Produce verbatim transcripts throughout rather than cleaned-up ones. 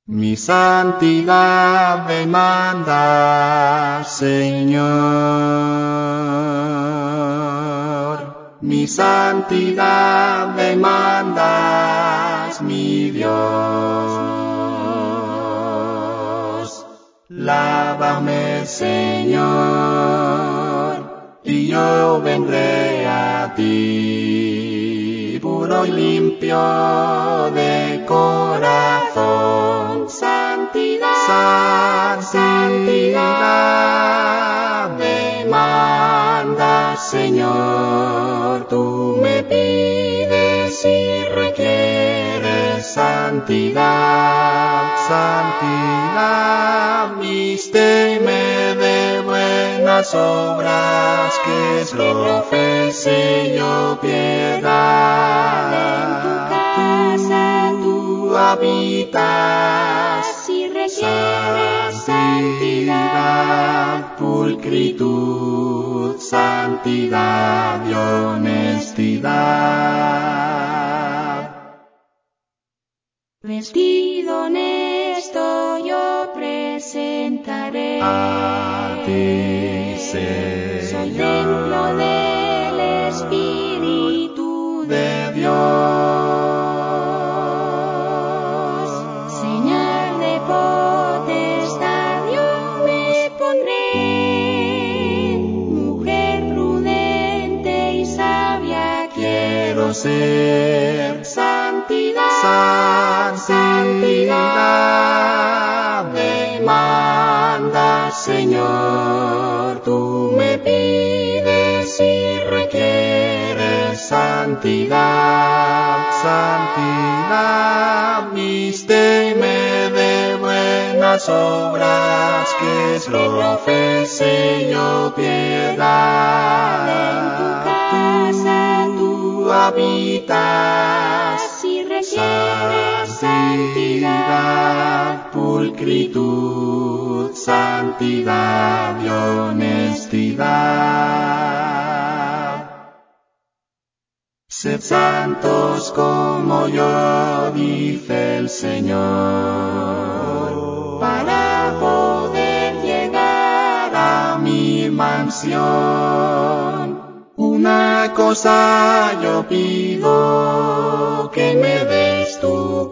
Mi santidad demanda, Señor. Mi santidad demandas, mi Dios. Lávame, Señor, y yo vendré a ti, puro y limpio de corazón. Santidad, santidad demanda, Señor. Tú me pides y requieres santidad, santidad. Vísteme de buenas obras, que es lo que ofrece yo piedad. En tu casa Tú habitas y requieres santidad, pulcritud, santidad y honestidad. Vestido honesto yo presentaré A ti, Soy templo Señor, del Espíritu de Dios. Señal de potestad yo me pondré, mujer prudente y sabia Quiero ser santidad, santidad demanda, Señor. Tú me pides y requieres santidad, santidad. Vísteme de buenas obras, que es lo que ofrece yo piedad. En tu casa Tú habitas y requieres santidad, pulcritud, santidad y honestidad. Sed santos como yo, dice el Señor, para poder llegar a mi mansión. Una cosa yo pido, que me des tu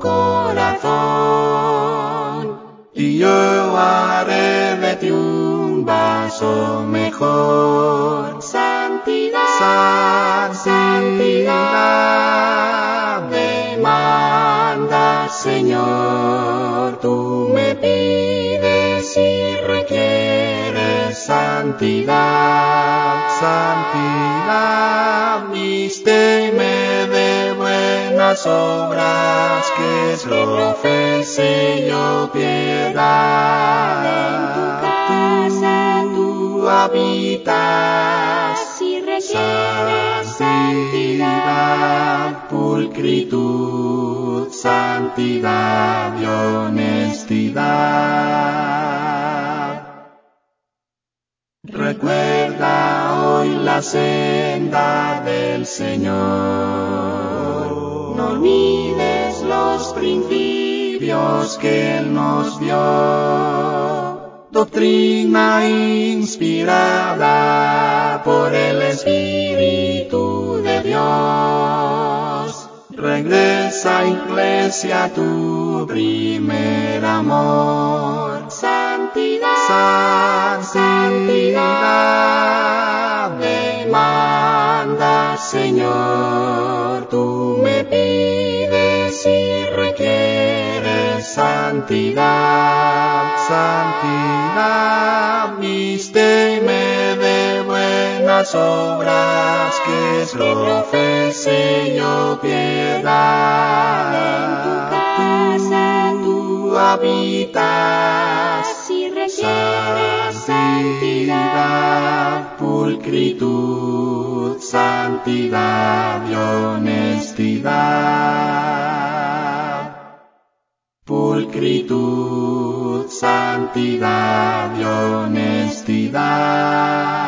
corazón, y yo haré de ti un vaso mejor. Santidad, santidad demanda, Señor. Tú me pides y requieres santidad, santidad. Vísteme de buenas obras, que es lo que ofrece yo piedad. En tu casa Tú habitas y requieres santidad, pulcritud, santidad y honestidad. Recuerda hoy la senda del Señor. No olvides los principios que Él nos dio. Doctrina inspirada por el Espíritu de Dios. Regresa, iglesia, a tu primer amor. Santidad, santidad demanda, Señor. Tú me pides y requieres santidad, santidad. Vísteme de buenas obras, que es lo que ofrece yo piedad. En tu casa Tú habitas y requieres santidad, pulcritud, santidad y honestidad. Pulcritud, santidad y honestidad.